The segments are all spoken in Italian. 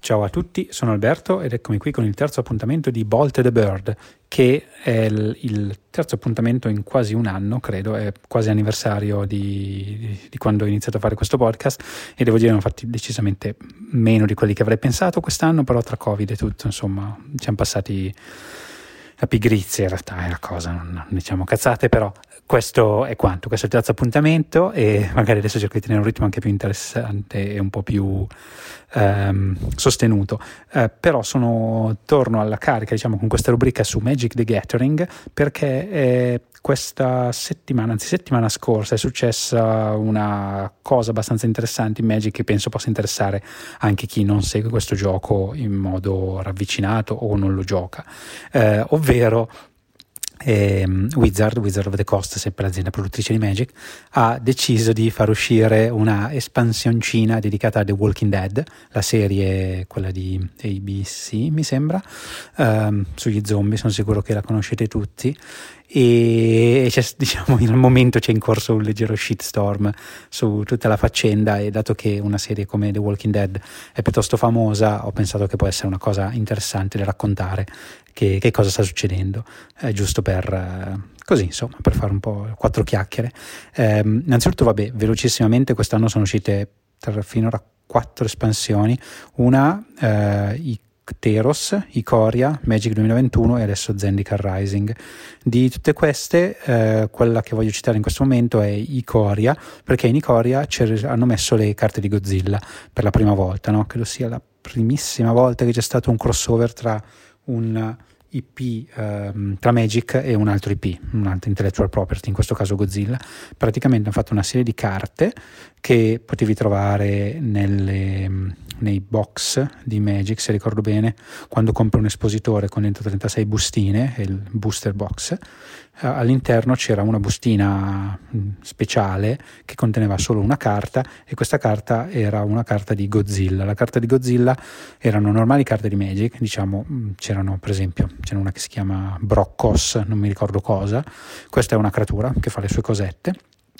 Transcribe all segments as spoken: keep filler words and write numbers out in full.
Ciao a tutti, sono Alberto ed eccomi qui con il terzo appuntamento di Bolt the Bird, che è il, il terzo appuntamento in quasi un anno, credo, è quasi anniversario di, di, di quando ho iniziato a fare questo podcast, e devo dire ne ho fatti decisamente meno di quelli che avrei pensato quest'anno, però tra Covid e tutto, insomma, ci siamo passati a pigrizia, in realtà è la cosa, non, non diciamo cazzate, però questo è quanto, questo è il terzo appuntamento e magari adesso cerco di tenere un ritmo anche più interessante e un po' più ehm, sostenuto, eh, però sono torno alla carica, diciamo, con questa rubrica su Magic the Gathering, perché eh, questa settimana, anzi settimana scorsa, è successa una cosa abbastanza interessante in Magic che penso possa interessare anche chi non segue questo gioco in modo ravvicinato o non lo gioca, eh, ovvero E Wizard, Wizard of the Coast, sempre l'azienda produttrice di Magic, ha deciso di far uscire una espansioncina dedicata a The Walking Dead, la serie, quella di A B C mi sembra, um, sugli zombie, sono sicuro che la conoscete tutti, e c'è, diciamo, al momento c'è in corso un leggero shitstorm su tutta la faccenda, e dato che una serie come The Walking Dead è piuttosto famosa, ho pensato che può essere una cosa interessante da raccontare, che, che cosa sta succedendo, eh, giusto per eh, così, insomma, per fare un po' quattro chiacchiere. Eh, innanzitutto, vabbè, velocissimamente, quest'anno sono uscite tra, finora quattro espansioni, una eh, i Teros, Ikoria, Magic duemilaventuno e adesso Zendikar Rising. Di tutte queste, eh, quella che voglio citare in questo momento è Ikoria, perché in Ikoria hanno messo le carte di Godzilla per la prima volta, no? Credo sia la primissima volta che c'è stato un crossover tra un I P ehm, tra Magic e un altro I P, un altro intellectual property, in questo caso Godzilla. Praticamente hanno fatto una serie di carte che potevi trovare nelle, nei box di Magic, se ricordo bene, quando compri un espositore con dentro trentasei bustine, il booster box, eh, all'interno c'era una bustina mh, speciale che conteneva solo una carta, e questa carta era una carta di Godzilla. La carta di Godzilla erano normali carte di Magic, diciamo, mh, c'erano per esempio c'è una che si chiama Brokkos, non mi ricordo cosa, questa è una creatura che fa le sue cosette,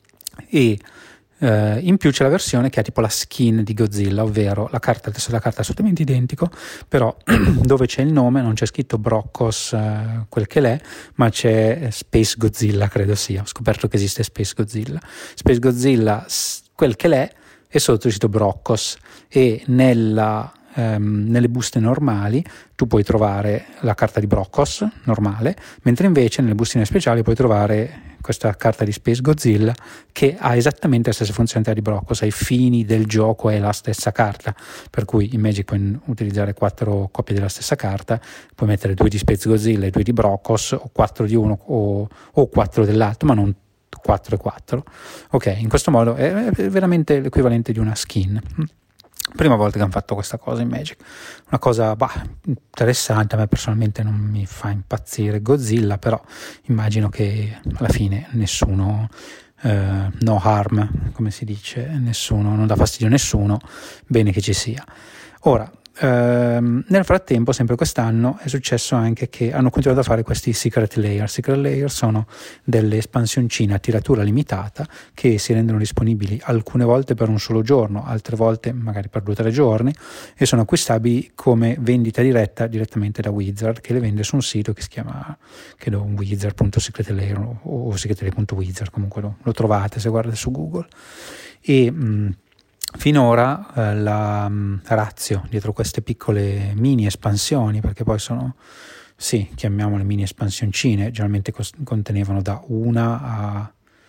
e Uh, in più c'è la versione che ha tipo la skin di Godzilla, ovvero la carta, adesso la carta è assolutamente identico, però dove c'è il nome non c'è scritto Brokkos uh, quel che l'è, ma c'è Space Godzilla, credo sia. Ho scoperto che esiste Space Godzilla. Space Godzilla, quel che l'è, e sotto c'è scritto Brokkos, e nella Um, nelle buste normali tu puoi trovare la carta di Brokkos normale, mentre invece nelle bustine speciali puoi trovare questa carta di Space Godzilla che ha esattamente la stessa funzionalità di Brokkos. Ai fini del gioco è la stessa carta, per cui in Magic puoi utilizzare quattro copie della stessa carta, puoi mettere due di Space Godzilla e due di Brokkos, o quattro di uno o, o quattro dell'altro, ma non quattro e quattro. Ok, in questo modo è, è veramente l'equivalente di una skin. Prima volta che hanno fatto questa cosa in Magic, una cosa bah, interessante. A me personalmente non mi fa impazzire Godzilla, però immagino che alla fine nessuno, eh, no harm, come si dice, nessuno, non dà fastidio a nessuno, bene che ci sia. Ora, ehm, nel frattempo, sempre quest'anno, è successo anche che hanno continuato a fare questi secret layer. Secret layer sono delle espansioncine a tiratura limitata che si rendono disponibili alcune volte per un solo giorno, altre volte magari per due o tre giorni, e sono acquistabili come vendita diretta direttamente da Wizard, che le vende su un sito che si chiama, credo, wizard punto secret layer o, o secret layer punto wizard, comunque lo, lo trovate se guardate su Google. E mh, finora eh, la um, ratio dietro queste piccole mini espansioni, perché poi sono, sì, chiamiamole mini espansioncine, generalmente cos- contenevano da una a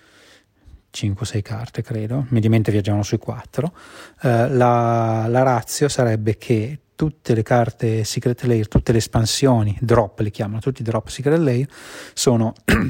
cinque sei carte, credo, mediamente viaggiavano sui quattro, eh, la, la ratio sarebbe che tutte le carte Secret Layer, tutte le espansioni, drop le chiamano, tutti i drop Secret Layer sono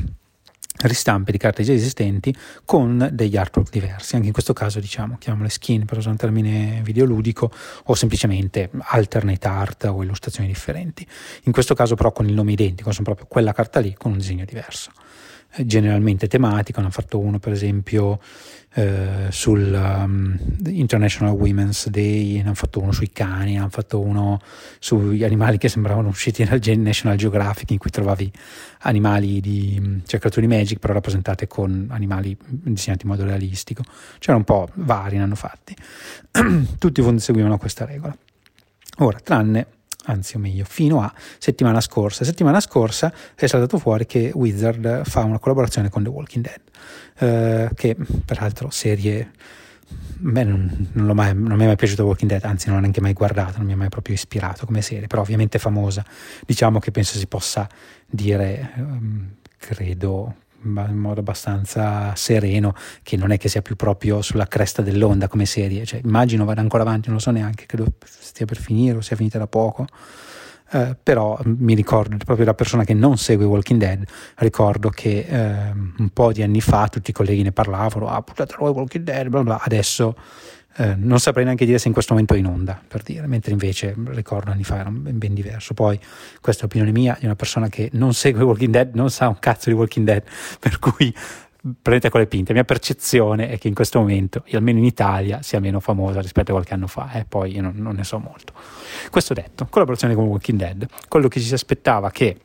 ristampe di carte già esistenti con degli artwork diversi. Anche in questo caso, diciamo, chiamiamole skin per usare un termine videoludico, o semplicemente alternate art o illustrazioni differenti. In questo caso però con il nome identico, sono proprio quella carta lì con un disegno diverso, eh, generalmente tematico. Ne hanno fatto uno per esempio eh, sul um, International Women's Day, ne hanno fatto uno sui cani, ne hanno fatto uno sugli animali che sembravano usciti dal National Geographic, in cui trovavi animali di, cioè creature Magic però rappresentate con animali disegnati in modo realistico. C'era un po' vari, ne hanno fatti tutti seguivano questa regola. Ora, tranne, anzi o meglio, fino a settimana scorsa. Settimana scorsa è saltato fuori che Wizard fa una collaborazione con The Walking Dead, eh, che peraltro serie... Beh, non, non, l'ho mai, non mi è mai piaciuto The Walking Dead, anzi non l'ho neanche mai guardato, non mi è mai proprio ispirato come serie, però ovviamente è famosa. Diciamo che penso si possa dire, um, credo in modo abbastanza sereno, che non è che sia più proprio sulla cresta dell'onda come serie, cioè, immagino vada ancora avanti, non lo so neanche, credo stia per finire o sia finita da poco. Uh, però mi ricordo, proprio da persona che non segue Walking Dead, ricordo che uh, un po' di anni fa tutti i colleghi ne parlavano, ah puntata nuova Walking Dead, bla bla. Adesso uh, non saprei neanche dire se in questo momento è in onda, per dire, mentre invece ricordo anni fa era ben, ben diverso. Poi questa è opinione mia di una persona che non segue Walking Dead, non sa un cazzo di Walking Dead, per cui prendete con le pinte. La mia percezione è che in questo momento, almeno in Italia, sia meno famosa rispetto a qualche anno fa, eh? Poi io non, non ne so molto. Questo detto, collaborazione con Walking Dead, quello che ci si aspettava che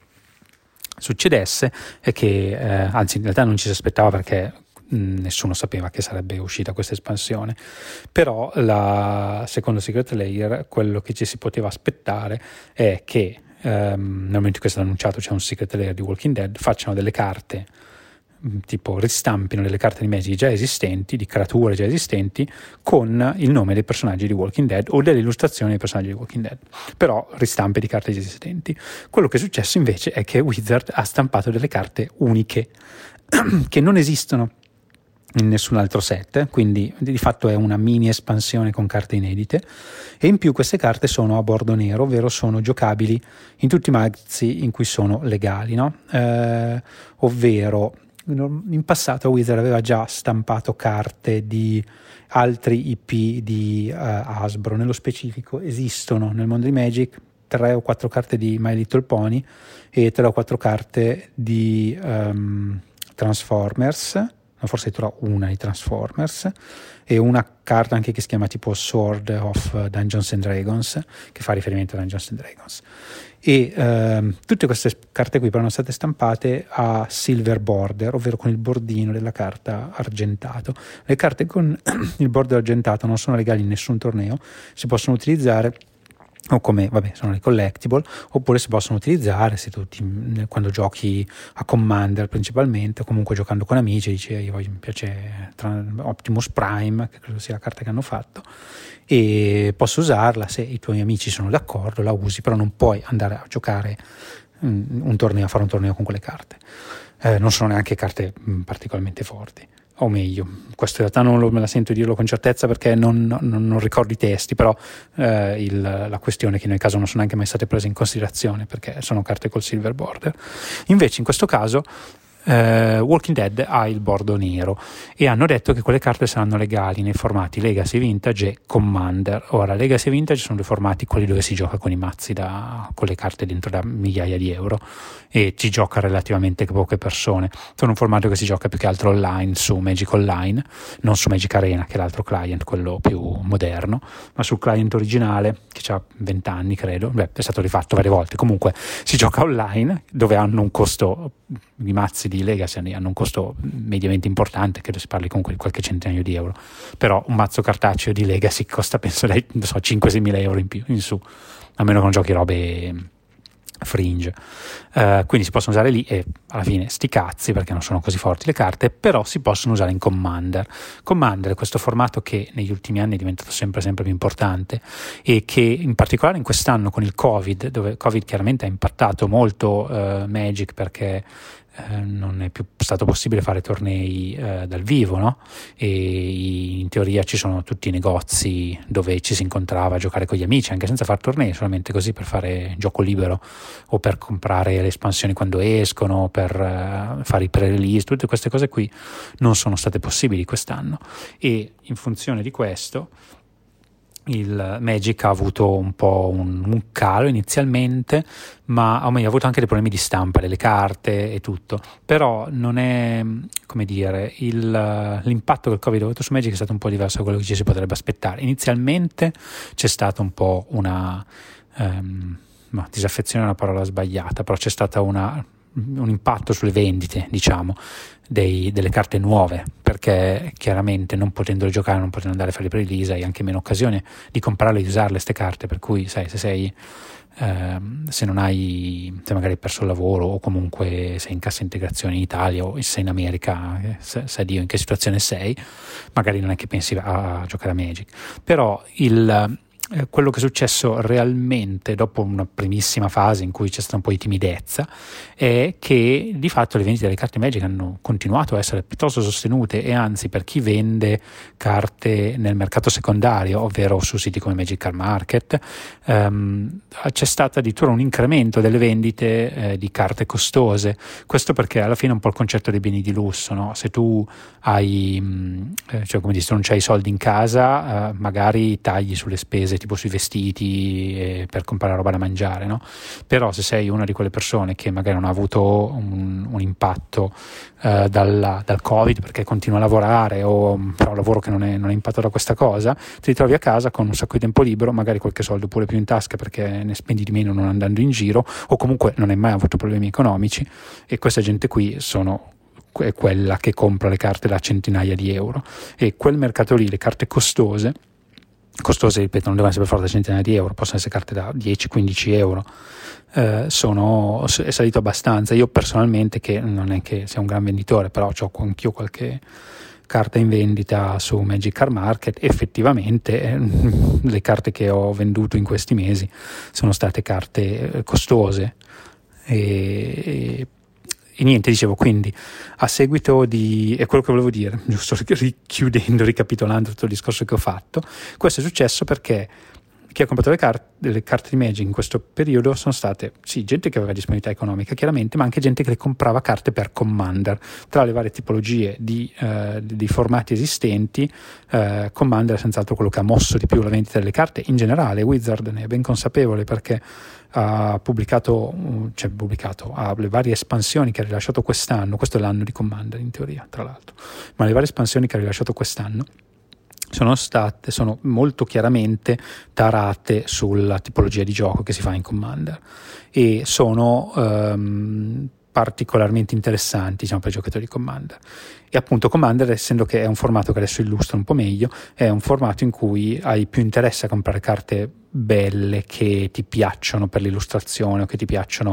succedesse è che, eh, anzi in realtà non ci si aspettava perché mh, nessuno sapeva che sarebbe uscita questa espansione, però la, secondo Secret Layer quello che ci si poteva aspettare è che ehm, nel momento in cui è stato annunciato c'è un Secret Layer di Walking Dead, facciano delle carte, tipo ristampino delle carte di Magic già esistenti, di creature già esistenti, con il nome dei personaggi di Walking Dead o delle illustrazioni dei personaggi di Walking Dead, però ristampe di carte già esistenti. Quello che è successo invece è che Wizard ha stampato delle carte uniche che non esistono in nessun altro set, quindi di fatto è una mini espansione con carte inedite, e in più queste carte sono a bordo nero, ovvero sono giocabili in tutti i mazzi in cui sono legali, no? Eh, ovvero in passato Wizard aveva già stampato carte di altri I P di uh, Hasbro, nello specifico esistono nel mondo di Magic tre o quattro carte di My Little Pony e tre o quattro carte di um, Transformers, forse trovo una di Transformers, e una carta anche che si chiama tipo Sword of Dungeons and Dragons, che fa riferimento a Dungeons and Dragons. E ehm, tutte queste carte qui però sono state stampate a silver border, ovvero con il bordino della carta argentato. Le carte con il border argentato non sono legali in nessun torneo, si possono utilizzare o come, vabbè, sono le collectible, oppure si possono utilizzare se tu ti, quando giochi a Commander principalmente, o comunque giocando con amici, dici io mi piace Optimus Prime, che credo sia la carta che hanno fatto, e posso usarla se i tuoi amici sono d'accordo, la usi, però non puoi andare a giocare un, un torneo, a fare un torneo con quelle carte. Eh, non sono neanche carte mh, particolarmente forti. O meglio, questo in realtà non lo, me la sento dirlo con certezza perché non, non, non ricordo i testi, però eh, il, la questione è che nel caso non sono neanche mai state prese in considerazione perché sono carte col silver border. Invece in questo caso eh, Walking Dead ha il bordo nero e hanno detto che quelle carte saranno legali nei formati Legacy Vintage e Commander. Ora, Legacy e Vintage sono due formati, quelli dove si gioca con i mazzi da, con le carte dentro da migliaia di euro, e ci gioca relativamente poche persone. Sono un formato che si gioca più che altro online su Magic Online, non su Magic Arena, che è l'altro client, quello più moderno, ma sul client originale che ha venti anni credo. Beh, è stato rifatto varie volte. Comunque si gioca online, dove hanno un costo, i mazzi di Legacy hanno un costo mediamente importante, credo si parli comunque di qualche centinaio di euro, però un mazzo cartaceo di Legacy costa penso dai, non so, cinque sei mila euro in più in su, a meno che non giochi robe fringe. Uh, quindi si possono usare lì e alla fine sti cazzi perché non sono così forti le carte, però si possono usare in Commander. Commander è questo formato che negli ultimi anni è diventato sempre sempre più importante e che in particolare in quest'anno con il Covid, dove Covid chiaramente ha impattato molto uh, Magic perché eh, non è più stato possibile fare tornei eh, dal vivo, no? E in teoria ci sono tutti i negozi dove ci si incontrava a giocare con gli amici anche senza fare tornei, solamente così per fare gioco libero o per comprare le espansioni quando escono, per eh, fare i pre-release. Tutte queste cose qui non sono state possibili quest'anno e in funzione di questo il Magic ha avuto un po' un, un calo inizialmente, ma o meglio, ha avuto anche dei problemi di stampa delle carte e tutto, però non è, come dire, il, l'impatto che il Covid ha avuto su Magic è stato un po' diverso da quello che ci si potrebbe aspettare. Inizialmente c'è stata un po' una um, no, disaffezione è una parola sbagliata, però c'è stata una un impatto sulle vendite, diciamo, dei, delle carte nuove, perché chiaramente non potendole giocare, non potendo andare a fare le pre-release, hai anche meno occasione di comprarle e di usarle queste carte, per cui sai, se sei eh, se non hai, se magari hai perso il lavoro o comunque sei in cassa integrazione in Italia o sei in America, sai Dio in che situazione sei, magari non è che pensi a, a giocare a Magic. Però il Eh, quello che è successo realmente dopo una primissima fase in cui c'è stata un po' di timidezza è che di fatto le vendite delle carte Magic hanno continuato a essere piuttosto sostenute, e anzi, per chi vende carte nel mercato secondario, ovvero su siti come Magic Card Market, ehm, c'è stato addirittura un incremento delle vendite eh, di carte costose. Questo perché alla fine è un po' il concetto dei beni di lusso, no? Se tu hai mh, eh, cioè come dici, se non c'hai i soldi in casa, eh, magari tagli sulle spese tipo sui vestiti eh, per comprare roba da mangiare, no? Però se sei una di quelle persone che magari non ha avuto un, un impatto eh, dal, dal Covid perché continua a lavorare o fa un lavoro che non è, non è impatto da questa cosa, ti ritrovi a casa con un sacco di tempo libero, magari qualche soldo pure più in tasca perché ne spendi di meno non andando in giro, o comunque non hai mai avuto problemi economici, e questa gente qui sono è quella che compra le carte da centinaia di euro, e quel mercato lì, le carte costose costose, ripeto, non devono essere per forza centinaia di euro, possono essere carte da dieci quindici euro, eh, sono, è salito abbastanza. Io personalmente, che non è che sia un gran venditore, però ho anch'io qualche carta in vendita su Magic Card Market, effettivamente eh, le carte che ho venduto in questi mesi sono state carte eh, costose e, e niente, dicevo, quindi a seguito di, è quello che volevo dire, giusto richiudendo, ricapitolando tutto il discorso che ho fatto, questo è successo perché chi ha comprato le carte, le carte di Magic in questo periodo sono state, sì, gente che aveva disponibilità economica chiaramente, ma anche gente che le comprava carte per Commander. Tra le varie tipologie di, eh, di formati esistenti, eh, Commander è senz'altro quello che ha mosso di più la vendita delle carte in generale. Wizard ne è ben consapevole perché ha pubblicato, cioè pubblicato, ha le varie espansioni che ha rilasciato quest'anno, questo è l'anno di Commander in teoria tra l'altro, ma le varie espansioni che ha rilasciato quest'anno sono state, sono molto chiaramente tarate sulla tipologia di gioco che si fa in Commander e sono um, particolarmente interessanti, diciamo, per i giocatori di Commander. E appunto Commander, essendo che è un formato che adesso illustro un po' meglio, è un formato in cui hai più interesse a comprare carte belle che ti piacciono per l'illustrazione o che ti piacciono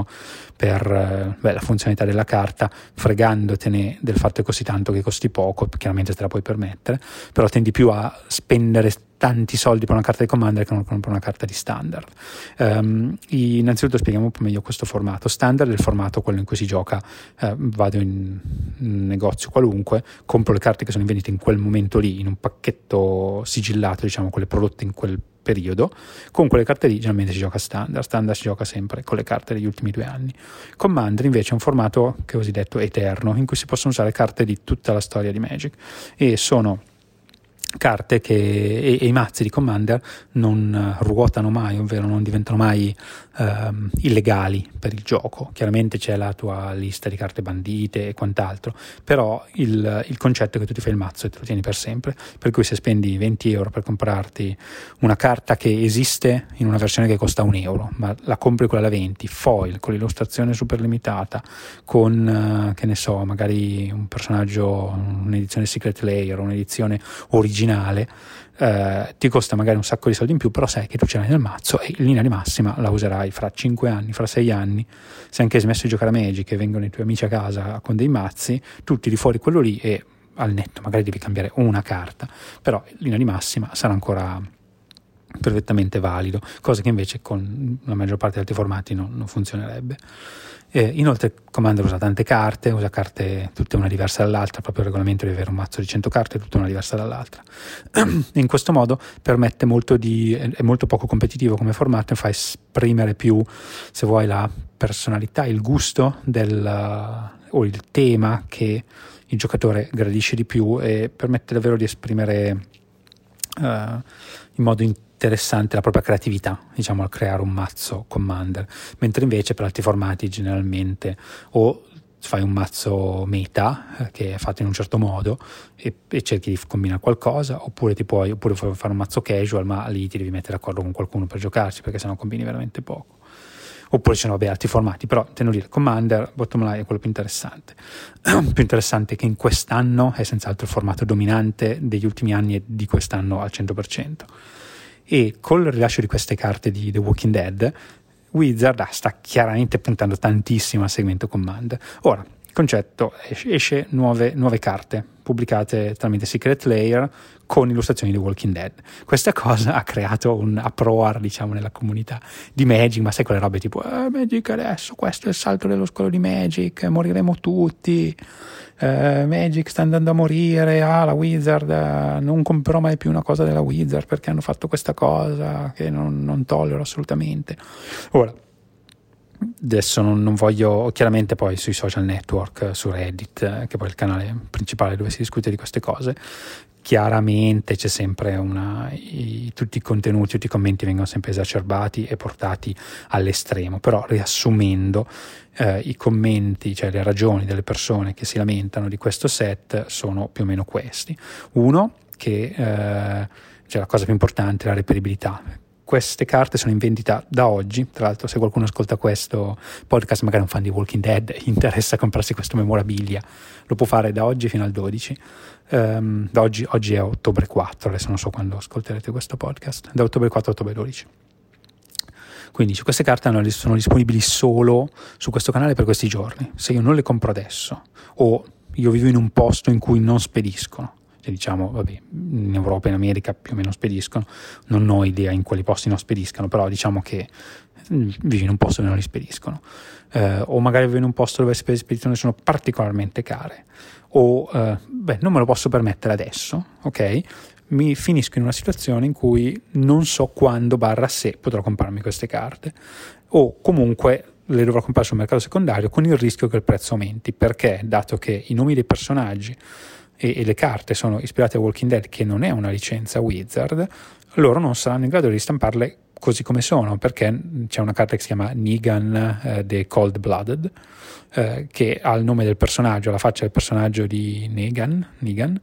per beh, la funzionalità della carta, fregandotene del fatto che costi tanto, che costi poco, chiaramente te la puoi permettere, però tendi più a spendere tanti soldi per una carta di Commander che non per una carta di Standard. Um, innanzitutto spieghiamo un po' meglio questo formato. Standard è il formato quello in cui si gioca, eh, vado in un negozio qualunque, compro le carte che sono in vendita in quel momento lì, in un pacchetto sigillato, diciamo, quelle prodotte in quel periodo. Con quelle carte lì generalmente si gioca Standard. Standard si gioca sempre con le carte degli ultimi due anni. Commander invece è un formato che ho cosiddetto eterno, in cui si possono usare carte di tutta la storia di Magic, e sono carte che e, e i mazzi di Commander non ruotano mai, ovvero non diventano mai ehm, illegali per il gioco. Chiaramente c'è la tua lista di carte bandite e quant'altro, però il, il concetto è che tu ti fai il mazzo e te lo tieni per sempre, per cui se spendi venti euro per comprarti una carta che esiste in una versione che costa un euro, ma la compri quella da venti, foil, con l'illustrazione super limitata, con, che ne so, magari un personaggio, un'edizione Secret Layer, un'edizione originale, eh, ti costa magari un sacco di soldi in più, però sai che tu ce l'hai nel mazzo e in linea di massima la userai fra cinque anni, fra sei anni. Se anche hai smesso di giocare a Magic e vengono i tuoi amici a casa con dei mazzi, tu tiri fuori quello lì e al netto magari devi cambiare una carta, però in linea di massima sarà ancora perfettamente valido, cosa che invece con la maggior parte degli altri formati non, non funzionerebbe. Eh, inoltre Commander usa tante carte, usa carte tutte una diversa dall'altra, proprio il regolamento deve avere un mazzo di cento carte tutte una diversa dall'altra. In questo modo permette molto di, è molto poco competitivo come formato e fa esprimere più, se vuoi, la personalità, il gusto del, o il tema che il giocatore gradisce di più, e permette davvero di esprimere uh, in modo interessante la propria creatività, diciamo, al creare un mazzo Commander, mentre invece per altri formati generalmente o fai un mazzo meta eh, che è fatto in un certo modo e, e cerchi di combinare qualcosa, oppure ti puoi oppure puoi fare un mazzo casual, ma lì ti devi mettere d'accordo con qualcuno per giocarci, perché sennò combini veramente poco. oppure ci sono vabbè, altri formati, però intendo dire Commander, bottom line è quello più interessante. Più interessante che in quest'anno è senz'altro il formato dominante degli ultimi anni e di quest'anno al cento per cento. E col rilascio di queste carte di The Walking Dead, Wizard ah, sta chiaramente puntando tantissimo al segmento Commander. Ora, il concetto esce, esce nuove, nuove carte pubblicate tramite Secret Lair con illustrazioni di Walking Dead. Questa cosa ha creato un uproar, diciamo, nella comunità di Magic, ma sai quelle robe tipo eh, Magic adesso, questo è il salto dello scolo di Magic, moriremo tutti, eh, Magic sta andando a morire, ah la Wizard, eh, non comprerò mai più una cosa della Wizard perché hanno fatto questa cosa che non, non tollero assolutamente. Ora, adesso non, non voglio, chiaramente poi sui social network, su Reddit, eh, che poi è il canale principale dove si discute di queste cose, chiaramente c'è sempre una i, tutti i contenuti, tutti i commenti vengono sempre esacerbati e portati all'estremo, però riassumendo eh, i commenti, cioè le ragioni delle persone che si lamentano di questo set sono più o meno questi. Uno, che eh, cioè la cosa più importante è la reperibilità. Queste carte sono in vendita da oggi, tra l'altro se qualcuno ascolta questo podcast, magari un fan di Walking Dead, gli interessa comprarsi questo memorabilia, lo può fare da oggi fino al dodici, um, da oggi, oggi è ottobre quattro, adesso non so quando ascolterete questo podcast, da ottobre quattro a ottobre dodici. Quindi queste carte sono disponibili solo su questo canale per questi giorni. Se io non le compro adesso, o io vivo in un posto in cui non spediscono, diciamo, vabbè, in Europa e in America più o meno spediscono, non ho idea in quali posti non spediscano, però diciamo che vivi in un posto dove non li spediscono, eh, o magari vivi in un posto dove le spedizioni sono particolarmente care, o eh, beh, non me lo posso permettere adesso, ok? Mi finisco in una situazione in cui non so quando barra se potrò comprarmi queste carte, o comunque le dovrò comprare sul mercato secondario con il rischio che il prezzo aumenti, perché dato che i nomi dei personaggi e, e le carte sono ispirate a Walking Dead, che non è una licenza Wizard, loro non saranno in grado di ristamparle così come sono, perché c'è una carta che si chiama Negan eh, The Cold Blooded, eh, che ha il nome del personaggio, la faccia del personaggio di Negan, Negan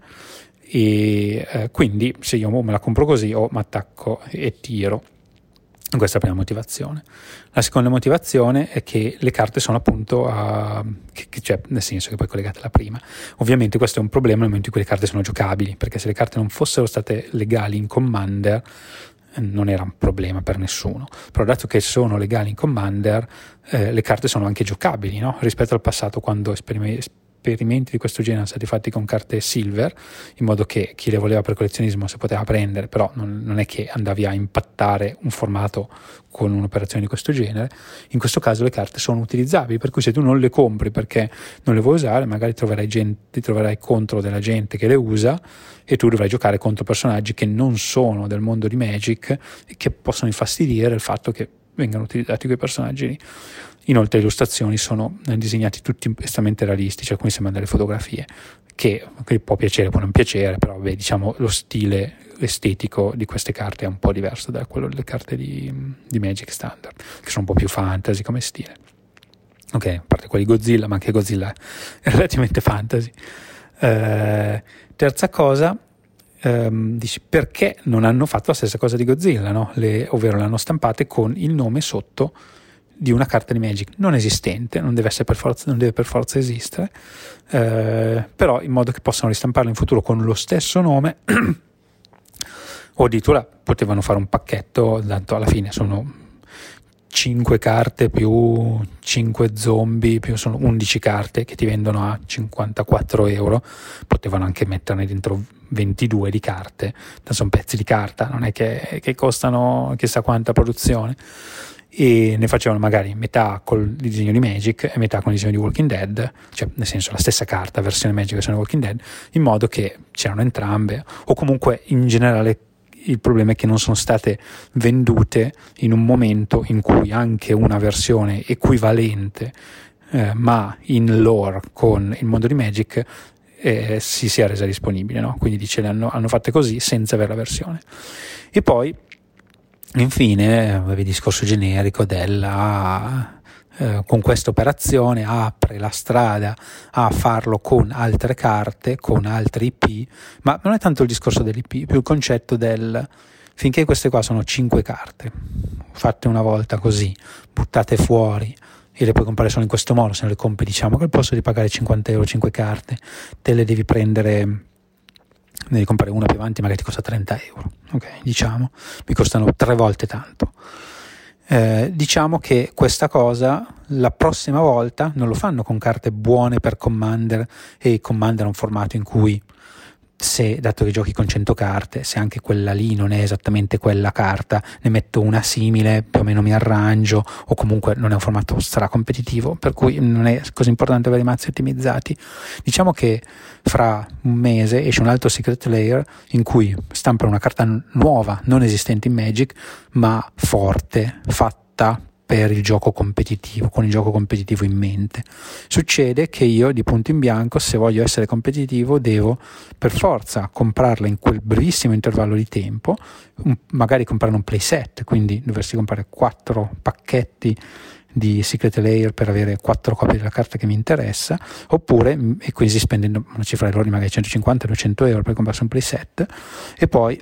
e eh, quindi se io me la compro così o mi attacco e tiro. Questa è la prima motivazione. La seconda motivazione è che le carte sono appunto a, che, che, cioè nel senso che poi collegate alla prima. Ovviamente questo è un problema nel momento in cui le carte sono giocabili, perché se le carte non fossero state legali in Commander non era un problema per nessuno, però dato che sono legali in Commander eh, le carte sono anche giocabili, no? Rispetto al passato, quando esperimenti esperimenti di questo genere sono stati fatti con carte silver, in modo che chi le voleva per collezionismo si poteva prendere, però non, non è che andavi a impattare un formato con un'operazione di questo genere. In questo caso le carte sono utilizzabili, per cui se tu non le compri perché non le vuoi usare, magari troverai gente, ti troverai contro della gente che le usa e tu dovrai giocare contro personaggi che non sono del mondo di Magic e che possono infastidire il fatto che vengano utilizzati quei personaggi lì. Inoltre le illustrazioni sono disegnati tutti estremamente realistici, alcuni sembrano delle fotografie, che, che può piacere, può non piacere, però beh, diciamo lo stile estetico di queste carte è un po' diverso da quello delle carte di, di Magic Standard, che sono un po' più fantasy come stile. Ok, a parte quelli Godzilla, ma anche Godzilla è relativamente fantasy. Eh, terza cosa, Um, dici perché non hanno fatto la stessa cosa di Godzilla, no? Le, ovvero l'hanno stampate con il nome sotto di una carta di Magic non esistente, non deve essere per forza, non deve per forza esistere, uh, però in modo che possano ristamparla in futuro con lo stesso nome o addirittura potevano fare un pacchetto, tanto alla fine sono cinque carte più cinque zombie più sono undici carte che ti vendono a cinquantaquattro euro, potevano anche metterne dentro ventidue di carte, sono pezzi di carta, non è che, che costano chissà quanta produzione, e ne facevano magari metà col disegno di Magic e metà con il disegno di Walking Dead, cioè nel senso la stessa carta, versione Magic e versione Walking Dead, in modo che c'erano entrambe, o comunque in generale il problema è che non sono state vendute in un momento in cui anche una versione equivalente eh, ma in lore con il mondo di Magic eh, si sia resa disponibile, no? Quindi dice le hanno, hanno fatte così senza avere la versione. E poi infine avevi il discorso generico della eh, con questa operazione apre la strada a farlo con altre carte, con altri I P, ma non è tanto il discorso dell'I P, più il concetto del finché queste qua sono cinque carte, fatte una volta così, buttate fuori e le puoi comprare solo in questo modo. Se non le compri, diciamo che al posto di pagare cinquanta euro cinque carte, te le devi prendere, devi comprare una più avanti, magari ti costa trenta euro, ok, diciamo, mi costano tre volte tanto. Eh, diciamo che questa cosa la prossima volta non lo fanno con carte buone per Commander, e Commander è un formato in cui, se, dato che giochi con cento carte, se anche quella lì non è esattamente quella carta, ne metto una simile, più o meno mi arrangio, o comunque non è un formato stracompetitivo, per cui non è così importante avere i mazzi ottimizzati. Diciamo che fra un mese esce un altro Secret Lair in cui stampano una carta nuova, non esistente in Magic, ma forte, fatta per il gioco competitivo, con il gioco competitivo in mente. Succede che io, di punto in bianco, se voglio essere competitivo, devo per forza comprarla in quel brevissimo intervallo di tempo, un, magari comprare un playset, quindi dovresti comprare quattro pacchetti di Secret Lair per avere quattro copie della carta che mi interessa, oppure, e quindi spendendo una cifra errore magari centocinquanta duecento euro per comprarsi un playset, e poi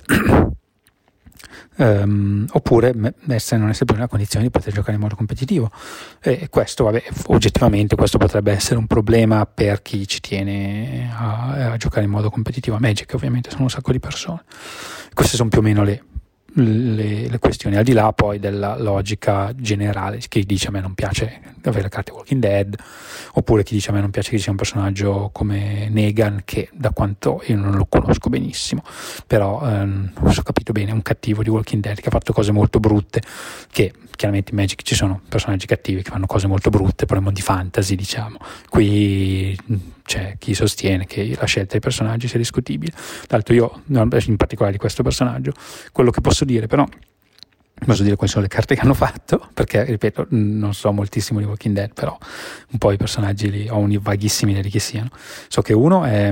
Um, oppure essere, non essere più nella condizione di poter giocare in modo competitivo, e questo, vabbè, oggettivamente questo potrebbe essere un problema per chi ci tiene a, a giocare in modo competitivo a Magic. Ovviamente sono un sacco di persone. Queste sono più o meno le Le, le questioni, al di là poi della logica generale, chi dice a me non piace avere le carte Walking Dead, oppure chi dice a me non piace che ci sia un personaggio come Negan, che da quanto io non lo conosco benissimo, però ehm, ho capito bene, è un cattivo di Walking Dead che ha fatto cose molto brutte, che chiaramente in Magic ci sono personaggi cattivi che fanno cose molto brutte, però in mondi fantasy, diciamo, qui c'è chi sostiene che la scelta dei personaggi sia discutibile. Tra l'altro io, in particolare di questo personaggio, quello che posso dire però, posso dire quali sono le carte che hanno fatto, perché ripeto non so moltissimo di Walking Dead, però un po' i personaggi li ho un vaghissimi idea di chi siano. So che uno è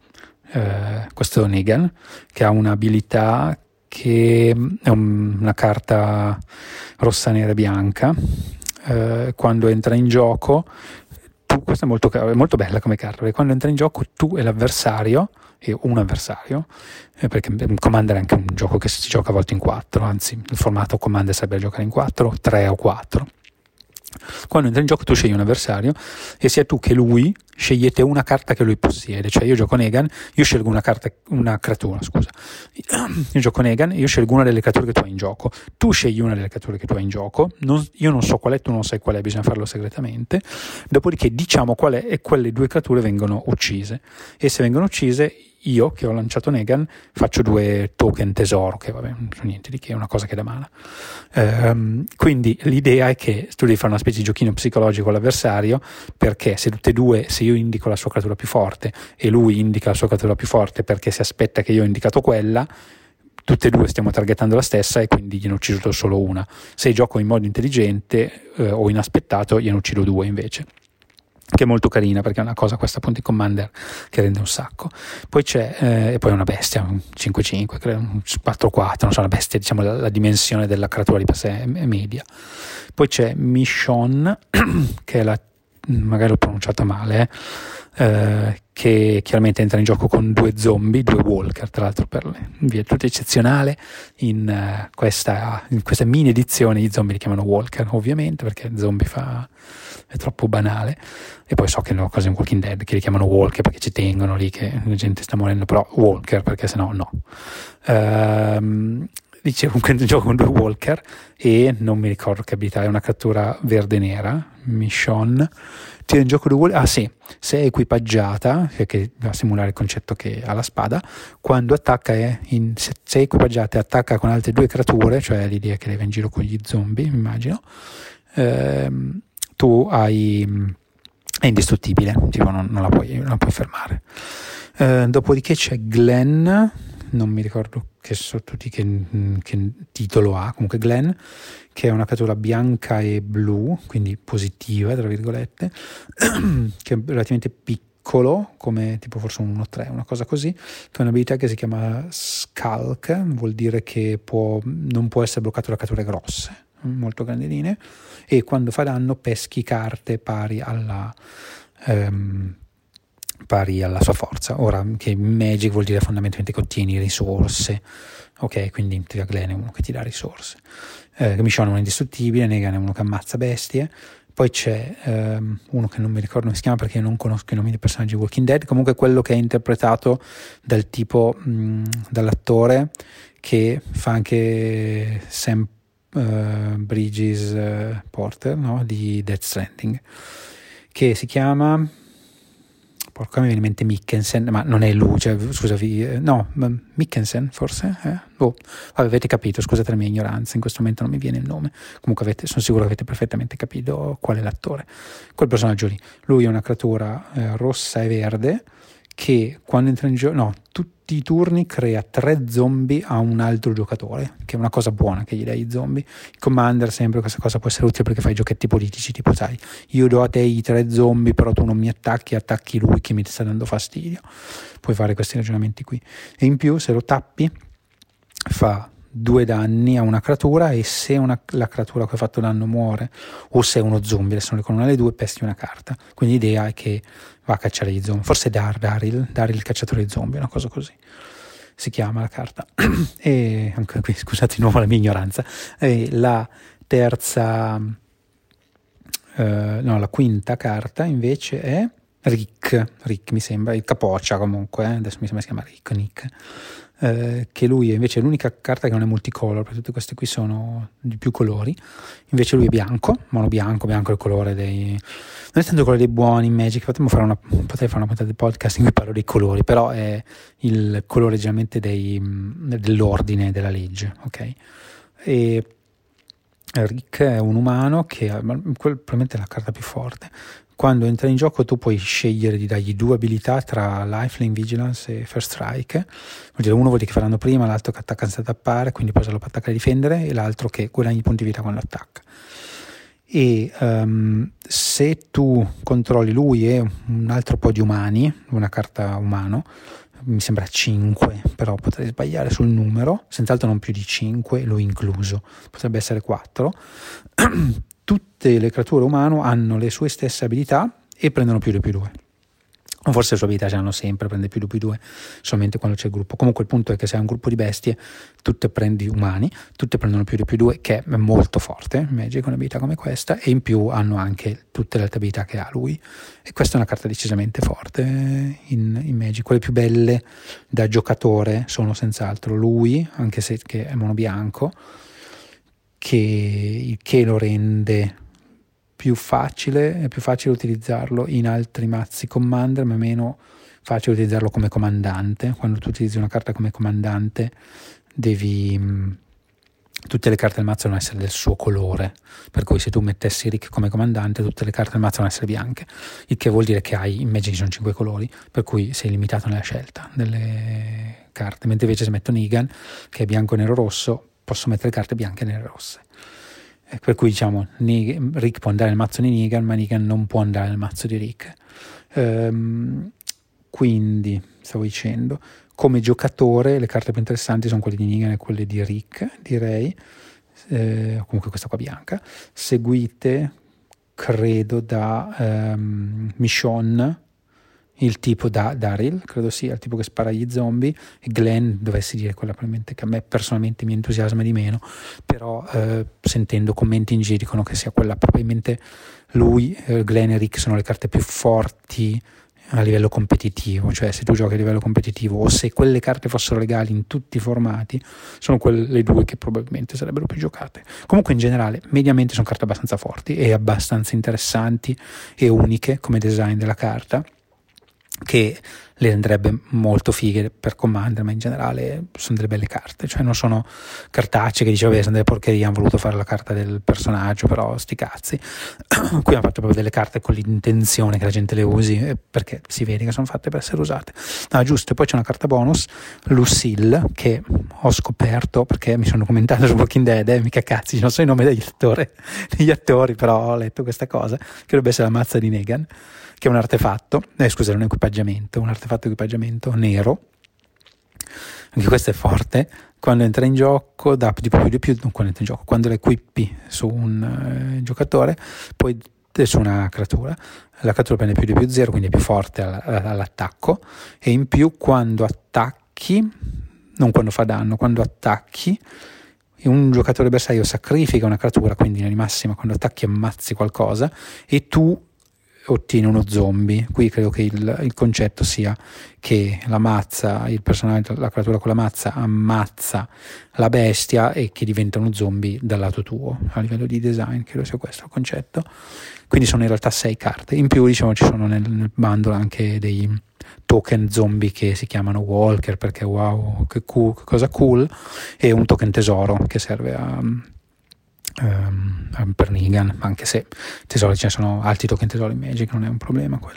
eh, questo Negan, che ha un'abilità che è un, una carta rossa, nera e bianca. Eh, quando entra in gioco tu, questa è molto, è molto bella come carta, perché quando entra in gioco tu e l'avversario, e un avversario, eh, perché Commander è anche un gioco che si gioca a volte in quattro, anzi il formato Commander sarebbe giocare in quattro, tre o quattro. Quando entra in gioco tu scegli un avversario e sia tu che lui scegliete una carta che lui possiede, cioè io gioco Negan, io scelgo una carta, una creatura, scusa, io gioco Negan, io scelgo una delle creature che tu hai in gioco, tu scegli una delle creature che tu hai in gioco, non, io non so qual è, tu non sai qual è, bisogna farlo segretamente, dopodiché diciamo qual è e quelle due creature vengono uccise, e se vengono uccise io che ho lanciato Negan faccio due token tesoro, che vabbè non sono niente di che, è una cosa che dà mana. Ehm, quindi l'idea è che tu devi fare una specie di giochino psicologico all'avversario, perché se tutte e due, se io indico la sua creatura più forte e lui indica la sua creatura più forte perché si aspetta che io ho indicato quella, tutte e due stiamo targetando la stessa e quindi gliene uccido solo una. Se gioco in modo intelligente eh, o inaspettato gliene uccido due invece, che è molto carina, perché è una cosa questa appunto in Commander che rende un sacco. Poi c'è eh, e poi è una bestia, un cinque cinque, credo, un quattro quattro, non so, una bestia, diciamo la, la dimensione della creatura di per sé è media. Poi c'è Michonne, che è la, magari l'ho pronunciata male, eh, che chiaramente entra in gioco con due zombie, due walker, tra l'altro per le virtù eccezionale in, uh, questa, in questa mini edizione gli zombie li chiamano walker, ovviamente, perché zombie fa è troppo banale, e poi so che hanno cose in Walking Dead che li chiamano walker perché ci tengono lì che la gente sta morendo, però walker perché sennò no. Ehm Dicevo, comunque gioco con due walker e non mi ricordo che abilità è, una cattura verde nera, Michonne, tira in gioco due walker, ah sì, se è equipaggiata, che va a simulare il concetto che ha la spada, quando attacca è in, se è equipaggiata e attacca con altre due creature, cioè l'idea che lei va in giro con gli zombie, immagino, ehm, tu hai, è indistruttibile, tipo non, non la puoi, non la puoi fermare. Eh, dopodiché c'è Glenn, non mi ricordo che so tutti che, che titolo ha, comunque Glenn, che è una creatura bianca e blu, quindi positiva tra virgolette, che è relativamente piccolo, come tipo forse un uno tre, una cosa così, che ha un'abilità che si chiama Skulk, vuol dire che può, non può essere bloccato da creature grosse, molto grandine, e quando fa danno peschi carte pari alla um, pari alla sua forza. Ora, che Magic vuol dire fondamentalmente che ottieni risorse, ok, quindi Glenn è uno che ti dà risorse. eh, Michonne è uno indistruttibile, Negan è uno che ammazza bestie. Poi c'è ehm, uno che non mi ricordo come si chiama perché non conosco i nomi dei personaggi di Walking Dead, comunque quello che è interpretato dal tipo, mh, dall'attore che fa anche Sam uh, Bridges uh, Porter, no? Di Death Stranding, che si chiama, porca mi viene in mente Mikkelsen, ma non è lui, cioè, scusavi, eh, no, Mikkelsen forse? Eh? Boh, vabbè, avete capito, scusate la mia ignoranza, in questo momento non mi viene il nome, comunque avete, sono sicuro che avete perfettamente capito qual è l'attore, quel personaggio lì. Lui è una creatura eh, rossa e verde che quando entra in gioco, no, tutti i turni crea tre zombie a un altro giocatore, che è una cosa buona che gli dai i zombie. Il Commander sempre questa cosa può essere utile perché fai giochetti politici, tipo sai, io do a te i tre zombie però tu non mi attacchi, attacchi lui che mi sta dando fastidio. Puoi fare questi ragionamenti qui. E in più se lo tappi fa due danni a una creatura, e se una, la creatura che ha fatto danno muore, o se è uno zombie, adesso non ricordo, una delle due, pesti una carta. Quindi l'idea è che va a cacciare gli zombie, forse Dar, Daryl, Daryl il cacciatore di zombie, una cosa così si chiama la carta. E anche qui scusate di nuovo la mia ignoranza. E la terza eh, no la quinta carta invece è Rick Rick mi sembra, il capoccia comunque, eh? Adesso mi sembra si chiama Rick Nick. Eh, che lui è invece l'unica carta che non è multicolor, perché tutte queste qui sono di più colori. Invece lui è bianco, mono bianco, bianco è il colore dei, non è tanto il colore dei buoni in Magic, potremmo fare una, potrei fare una puntata di podcast in cui parlo dei colori, però è il colore generalmente dei, dell'ordine della legge, ok? E Rick è un umano che ha, probabilmente è la carta più forte. Quando entra in gioco tu puoi scegliere di dargli due abilità tra Lifeline, Vigilance e First Strike. Vuol dire, uno vuol dire che faranno prima, l'altro che attacca senza tappare, quindi puoi usarlo per attaccare e difendere, e l'altro che guadagni punti vita quando attacca. E um, se tu controlli lui e un altro po' di umani, una carta umano, mi sembra cinque, però potrei sbagliare sul numero, senz'altro non più di cinque, lui incluso, potrebbe essere quattro. Tutte le creature umane hanno le sue stesse abilità e prendono più di più due. O forse le sue abilità ce l'hanno sempre, prende più di più due solamente quando c'è il gruppo. Comunque il punto è che se hai un gruppo di bestie, tutte prendi umani, tutte prendono più di più due, che è molto forte, Magic, un'abilità come questa, e in più hanno anche tutte le altre abilità che ha lui. E questa è una carta decisamente forte in, in Magic. Quelle più belle da giocatore sono senz'altro lui, anche se che è mono bianco, che, che lo rende più facile, è più facile utilizzarlo in altri mazzi Commander, ma meno facile utilizzarlo come comandante. Quando tu utilizzi una carta come comandante devi mh, tutte le carte del mazzo devono essere del suo colore, per cui se tu mettessi Rick come comandante tutte le carte del mazzo devono essere bianche, il che vuol dire che hai in Magic sono cinque colori, per cui sei limitato nella scelta delle carte, mentre invece se metto Negan che è bianco, nero, rosso, posso mettere carte bianche e nere rosse. E per cui diciamo Rick può andare nel mazzo di Negan, ma Negan non può andare nel mazzo di Rick. Ehm, quindi stavo dicendo, come giocatore le carte più interessanti sono quelle di Negan e quelle di Rick, direi, eh, comunque questa qua bianca, seguite credo da um, Michonne, il tipo da Daryl, credo sia il tipo che spara agli zombie, e Glenn dovessi dire quella probabilmente che a me personalmente mi entusiasma di meno, però eh, sentendo commenti in giro dicono che sia quella, probabilmente lui, eh, Glenn e Rick sono le carte più forti a livello competitivo, cioè se tu giochi a livello competitivo o se quelle carte fossero legali in tutti i formati sono quelle due che probabilmente sarebbero più giocate. Comunque in generale mediamente sono carte abbastanza forti e abbastanza interessanti e uniche come design della carta, che le renderebbe molto fighe per Commander, ma in generale sono delle belle carte, cioè non sono cartacce che dice vabbè sono delle porcherie, hanno voluto fare la carta del personaggio, però sti cazzi. Qui hanno fatto proprio delle carte con l'intenzione che la gente le usi, perché si vede che sono fatte per essere usate. Ah giusto, e poi c'è una carta bonus, Lucille, che ho scoperto perché mi sono documentato su Walking Dead, eh, mica cazzi, non so i nomi degli attori, degli attori, però ho letto questa cosa, che dovrebbe essere la mazza di Negan, che è un artefatto, eh, scusa, un equipaggiamento, un artefatto equipaggiamento nero, anche questo è forte, quando entra in gioco, da di più di più, non quando entra in gioco, quando lo equipi su un eh, giocatore, poi su una creatura, la creatura prende più di più zero, quindi è più forte all'attacco, e in più quando attacchi, non quando fa danno, quando attacchi, un giocatore bersaglio sacrifica una creatura, quindi in linea di massima quando attacchi ammazzi qualcosa e tu ottieni uno zombie. Qui credo che il, il concetto sia che la mazza, il personaggio, la creatura con la mazza ammazza la bestia e che diventa uno zombie dal lato tuo. A livello di design credo sia questo il concetto. Quindi sono in realtà sei carte. In più, diciamo, ci sono nel, nel bundle anche dei token zombie che si chiamano Walker, perché wow, che, cool, che cosa cool, e un token tesoro che serve a Um, per Negan, anche se tesori ce ne sono, altri token tesoro in Magic, non è un problema quello.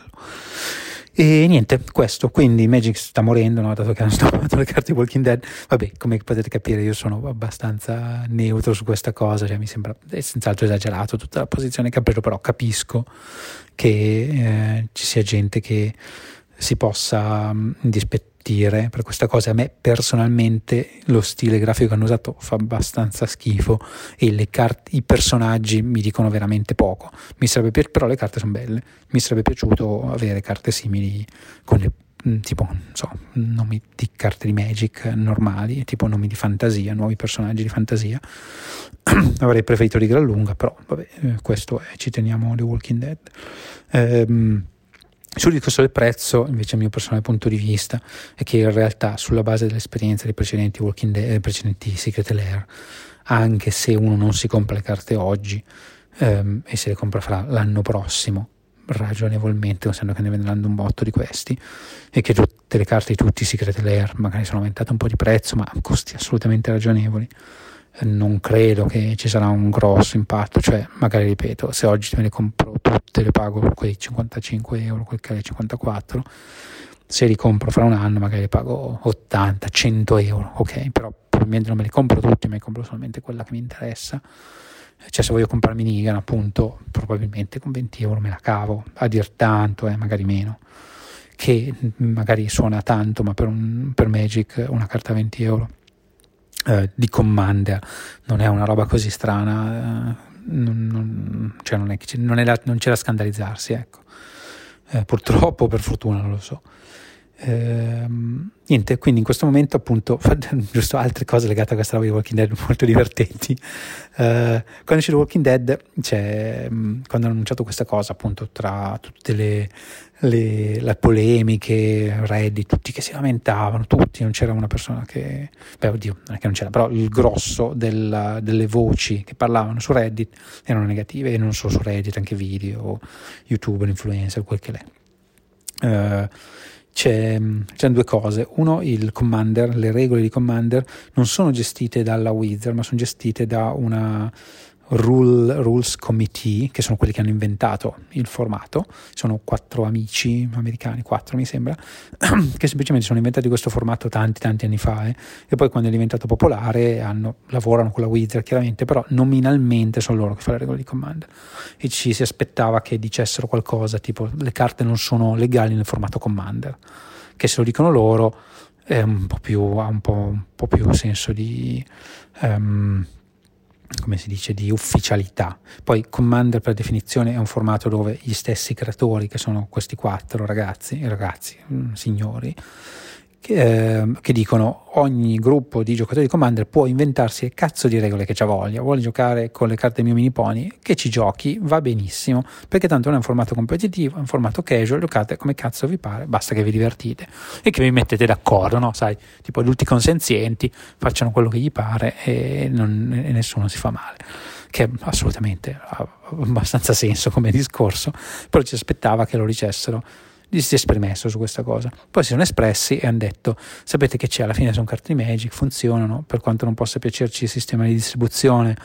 E niente, questo, quindi Magic sta morendo, no? Dato che hanno stoppato le carte di Walking Dead. Vabbè, come potete capire io sono abbastanza neutro su questa cosa, cioè mi sembra senz'altro esagerato tutta la posizione che ha preso, però capisco che eh, ci sia gente che si possa um, indispettire per questa cosa. A me personalmente lo stile grafico che hanno usato fa abbastanza schifo e le carte, i personaggi mi dicono veramente poco. Mi sarebbe pi- però le carte sono belle, mi sarebbe piaciuto avere carte simili con le, tipo, non so, nomi di carte di Magic normali, tipo nomi di fantasia, nuovi personaggi di fantasia. Avrei preferito di gran lunga, però vabbè, eh, questo è, ci teniamo The Walking Dead. ehm Sul discorso del prezzo, invece, il mio personale punto di vista è che in realtà, sulla base dell'esperienza dei precedenti Walking Dead, precedenti Secret Lair, anche se uno non si compra le carte oggi ehm, e se le compra fra l'anno prossimo, ragionevolmente, essendo che ne vendranno un botto di questi, e che tutte le carte di tutti i Secret Lair magari sono aumentate un po' di prezzo, ma costi assolutamente ragionevoli, non credo che ci sarà un grosso impatto. Cioè, magari, ripeto, se oggi me le compro tutte, le pago quei cinquantacinque euro, quel che è cinquantaquattro, se li compro fra un anno magari le pago ottanta cento euro, ok, però probabilmente non me li compro tutti, me ne compro solamente quella che mi interessa. Cioè, se voglio comprarmi Negan, appunto, probabilmente con venti euro me la cavo, a dir tanto, eh, magari meno, che magari suona tanto, ma per, un, per Magic una carta a venti euro Uh, di Commander non è una roba così strana, uh, non, non, cioè non, è che c'è, non, è da, non c'è da scandalizzarsi, ecco. Uh, purtroppo, per fortuna, non lo so. Uh, niente, quindi in questo momento, appunto, giusto altre cose legate a questa roba di Walking Dead molto divertenti. Uh, quando c'è The Walking Dead, c'è, um, quando hanno annunciato questa cosa, appunto, tra tutte le Le, le polemiche, Reddit, tutti che si lamentavano, tutti, non c'era una persona che, beh, oddio, non è che non c'era, però il grosso della, delle voci che parlavano su Reddit erano negative, e non solo su Reddit, anche video, YouTube, influencer, quel che l'è. Uh, c'è, c'erano due cose. Uno, il Commander, le regole di Commander non sono gestite dalla Wizard, ma sono gestite da una Rule, Rules Committee, che sono quelli che hanno inventato il formato. Sono quattro amici americani, quattro mi sembra, che semplicemente sono inventati questo formato tanti tanti anni fa, eh, e poi quando è diventato popolare hanno, lavorano con la Wizard chiaramente, però nominalmente sono loro che fanno le regole di Commander, e ci si aspettava che dicessero qualcosa tipo le carte non sono legali nel formato Commander, che se lo dicono loro è un po' più, ha un po', un po' più senso di um, come si dice, di ufficialità. Poi Commander per definizione è un formato dove gli stessi creatori, che sono questi quattro ragazzi, ragazzi, signori, che, eh, che dicono ogni gruppo di giocatori di Commander può inventarsi le cazzo di regole che c'ha voglia, vuole giocare con le carte mio mini pony, che ci giochi, va benissimo, perché tanto non è un formato competitivo, è un formato casual, giocate come cazzo vi pare, basta che vi divertite e che vi mettete d'accordo, no? Sai, tipo adulti consenzienti, facciano quello che gli pare e, non, e nessuno si fa male, che assolutamente ha abbastanza senso come discorso, però ci aspettava che lo dicessero, si è espresso su questa cosa. Poi si sono espressi e hanno detto: sapete che c'è, alla fine sono carte di Magic, funzionano, per quanto non possa piacerci il sistema di distribuzione,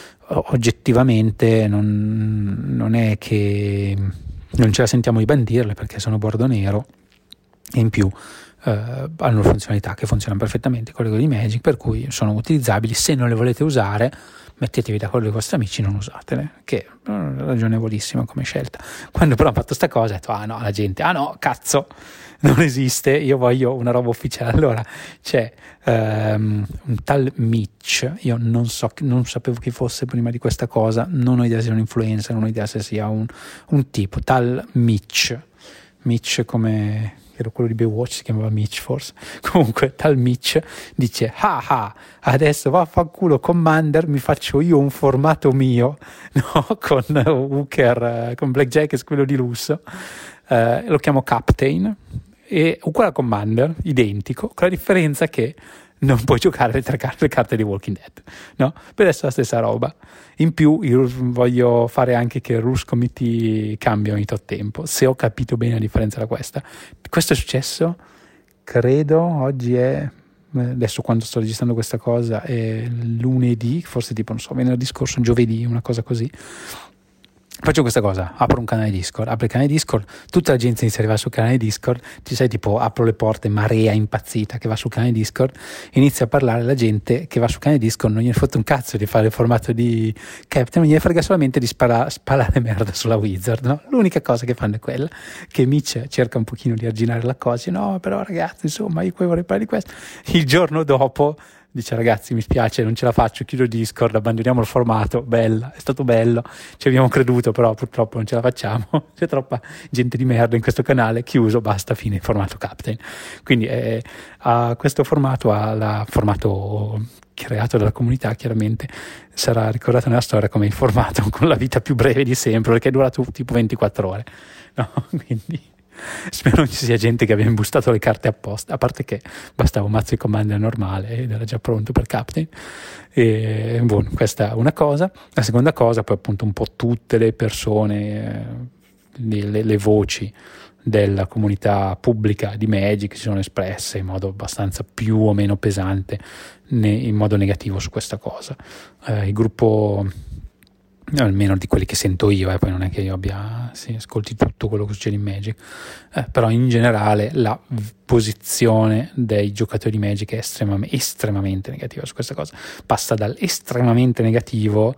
oggettivamente non, non è che non ce la sentiamo di bandirle, perché sono bordo nero e in più eh, hanno funzionalità che funzionano perfettamente con le regole di Magic, per cui sono utilizzabili. Se non le volete usare, mettetevi d'accordo con i vostri amici, non usatele, che è ragionevolissima come scelta. Quando però ho fatto sta cosa ho detto: ah no, la gente, ah no, cazzo, non esiste, io voglio una roba ufficiale. Allora c'è um, un tal Mitch, io non so, non sapevo chi fosse prima di questa cosa, non ho idea se sia un influencer, non ho idea se sia un, un tipo, tal Mitch, Mitch come che era quello di Baywatch, si chiamava Mitch forse, comunque tal Mitch dice ah ah, adesso vaffanculo Commander, mi faccio io un formato mio, no? Con Hooker, con Blackjack, quello di lusso, eh, lo chiamo Captain, e uguale a Commander, identico, con la differenza che non puoi giocare le tre carte, le carte di Walking Dead, no? Per adesso è la stessa roba. In più io voglio fare anche che il Rules Committee cambia ogni tot tempo, se ho capito bene la differenza da questa. Questo è successo, credo, oggi è, adesso quando sto registrando questa cosa, è lunedì, forse tipo, non so, venerdì scorso, giovedì, una cosa così. Faccio questa cosa, apro un canale Discord, apro il canale Discord, tutta la gente inizia a arrivare sul canale Discord, ci sai, tipo apro le porte, marea impazzita che va sul canale Discord, inizia a parlare la gente che va sul canale Discord, non gliene fotte un cazzo di fare il formato di Captain, non gliene frega solamente di spara, spalare merda sulla Wizard, no? L'unica cosa che fanno è quella, che Mitch cerca un pochino di arginare la cosa, no però ragazzi, insomma, io poi vorrei parlare di questo. Il giorno dopo dice ragazzi mi spiace, non ce la faccio, chiudo Discord, abbandoniamo il formato, bella, è stato bello, ci abbiamo creduto, però purtroppo non ce la facciamo, c'è troppa gente di merda in questo canale, chiuso, basta, fine, formato Captain. Quindi eh, a questo formato, al formato creato dalla comunità, chiaramente sarà ricordato nella storia come il formato con la vita più breve di sempre, perché è durato tipo ventiquattro ore, no? Quindi spero non ci sia gente che abbia imbustato le carte apposta, a parte che bastava un mazzo di Commander normale ed era già pronto per Captain. E buono, questa è una cosa. La seconda cosa, poi appunto un po' tutte le persone, le, le voci della comunità pubblica di Magic si sono espresse in modo abbastanza più o meno pesante, in modo negativo su questa cosa. Eh, il gruppo, almeno di quelli che sento io, eh, poi non è che io abbia sì, ascolti tutto quello che succede in Magic, eh, però in generale la posizione dei giocatori di Magic è estremamente, estremamente negativa su questa cosa, passa dal estremamente negativo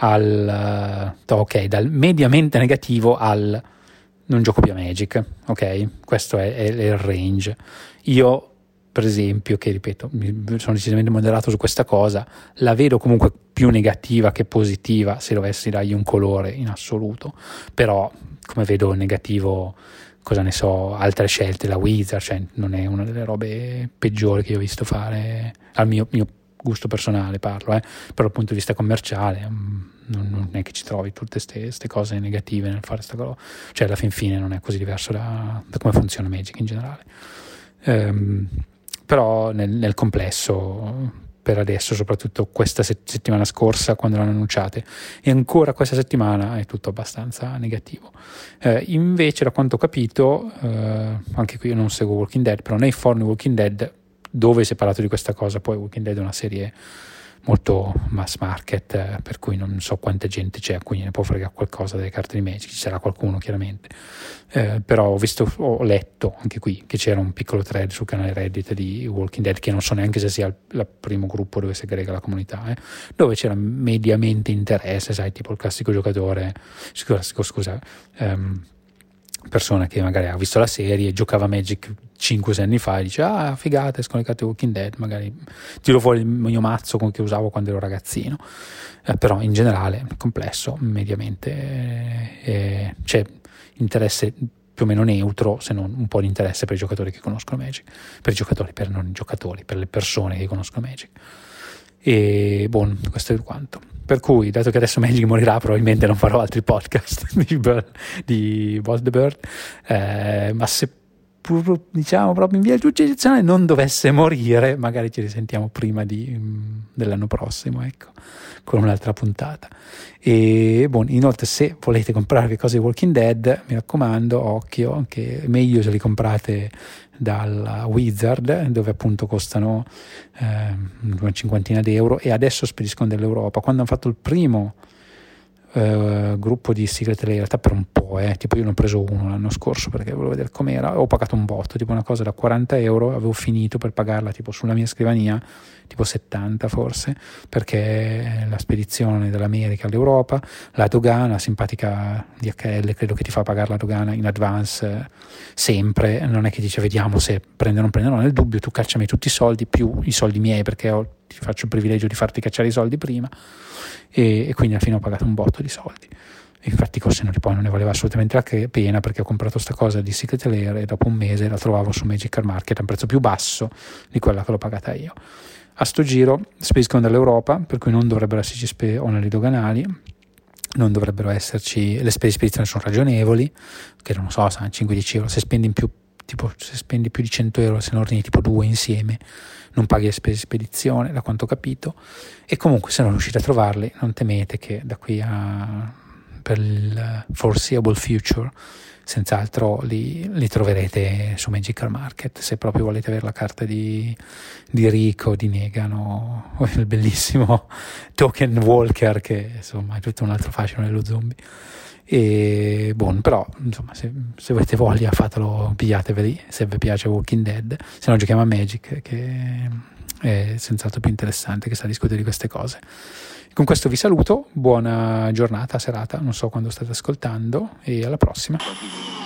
al uh, ok, dal mediamente negativo al non gioco più a Magic, ok? Questo è, è, è il range. Io per esempio, che ripeto, sono decisamente moderato su questa cosa, la vedo comunque più negativa che positiva se dovessi dargli un colore in assoluto, però come vedo negativo, cosa ne so, altre scelte, la Wizard, cioè non è una delle robe peggiori che io ho visto fare, al mio, mio gusto personale parlo, eh, però dal punto di vista commerciale non, non è che ci trovi tutte queste cose negative nel fare sta cosa, cioè alla fin fine non è così diverso da, da come funziona Magic in generale. Um, però nel, nel complesso per adesso, soprattutto questa settimana scorsa quando l'hanno annunciate e ancora questa settimana, è tutto abbastanza negativo. Eh, invece da quanto ho capito, eh, anche qui io non seguo Walking Dead, però nei forum Walking Dead dove si è parlato di questa cosa, poi Walking Dead è una serie molto mass market, eh, per cui non so quanta gente c'è a cui ne può fregare qualcosa delle carte di Magic, ci sarà qualcuno chiaramente, eh, però ho visto, ho letto anche qui che c'era un piccolo thread sul canale Reddit di Walking Dead, che non so neanche se sia il, il primo gruppo dove si aggrega la comunità, eh, dove c'era mediamente interesse, sai, tipo il classico giocatore, scusa, scusa um, persona che magari ha visto la serie, giocava Magic cinque sei anni fa e dice ah figata, escono le carte Walking Dead, magari tiro fuori il mio mazzo che usavo quando ero ragazzino, eh, però in generale complesso mediamente eh, eh, c'è interesse più o meno neutro, se non un po' di interesse per i giocatori che conoscono Magic, per i giocatori, per non i giocatori, per le persone che conoscono Magic. E buono, questo è quanto. Per cui, dato che adesso Magic morirà, probabilmente non farò altri podcast di, Bird, di Bolt the Bird, eh, ma se pur, diciamo proprio in via giudizionale non dovesse morire, magari ci risentiamo prima di, dell'anno prossimo, ecco, con un'altra puntata. E buono, inoltre se volete comprare cose di Walking Dead, mi raccomando, occhio, che è meglio se li comprate dalla Wizard, dove appunto costano eh, una cinquantina di euro, e adesso spediscono dall'Europa. Quando hanno fatto il primo eh, gruppo di Secret Lair, in realtà per un po', eh, tipo io ne ho preso uno l'anno scorso perché volevo vedere com'era, ho pagato un botto, tipo una cosa da quaranta euro, avevo finito per pagarla tipo sulla mia scrivania tipo settanta forse, perché la spedizione dall'America all'Europa, la dogana simpatica D H L credo che ti fa pagare la dogana in advance eh, sempre, non è che dice vediamo se prende o non prende, no, nel dubbio tu cacciami tutti i soldi più i soldi miei, perché ho, ti faccio il privilegio di farti cacciare i soldi prima, e, e quindi alla fine ho pagato un botto di soldi. infatti forse non, poi non ne valeva assolutamente la pena, perché ho comprato sta cosa di Secret Lair e dopo un mese la trovavo su Magic Card Market a un prezzo più basso di quella che l'ho pagata io. A sto giro spediscono dall'Europa, per cui non dovrebbero esserci spe- oneri doganali, non dovrebbero esserci, le spese di spedizione sono ragionevoli, che non so, saranno cinque dieci euro, se spendi in più, tipo se spendi più di cento euro, se ne ordini tipo due insieme, non paghi le spese di spedizione, da quanto ho capito. E comunque se non riuscite a trovarli, non temete che da qui a per il foreseeable future senz'altro li, li troverete su Magic Card Market, se proprio volete avere la carta di, di Rico, di Negan o, o il bellissimo Token Walker, che insomma è tutto un altro fascino dello zombie. E buon, però insomma se, se avete voglia fatelo, pigliateveli se vi piace Walking Dead, se no giochiamo a Magic, che è senz'altro più interessante, che sta a discutere di queste cose. Con questo vi saluto, buona giornata, serata, non so quando state ascoltando, e alla prossima.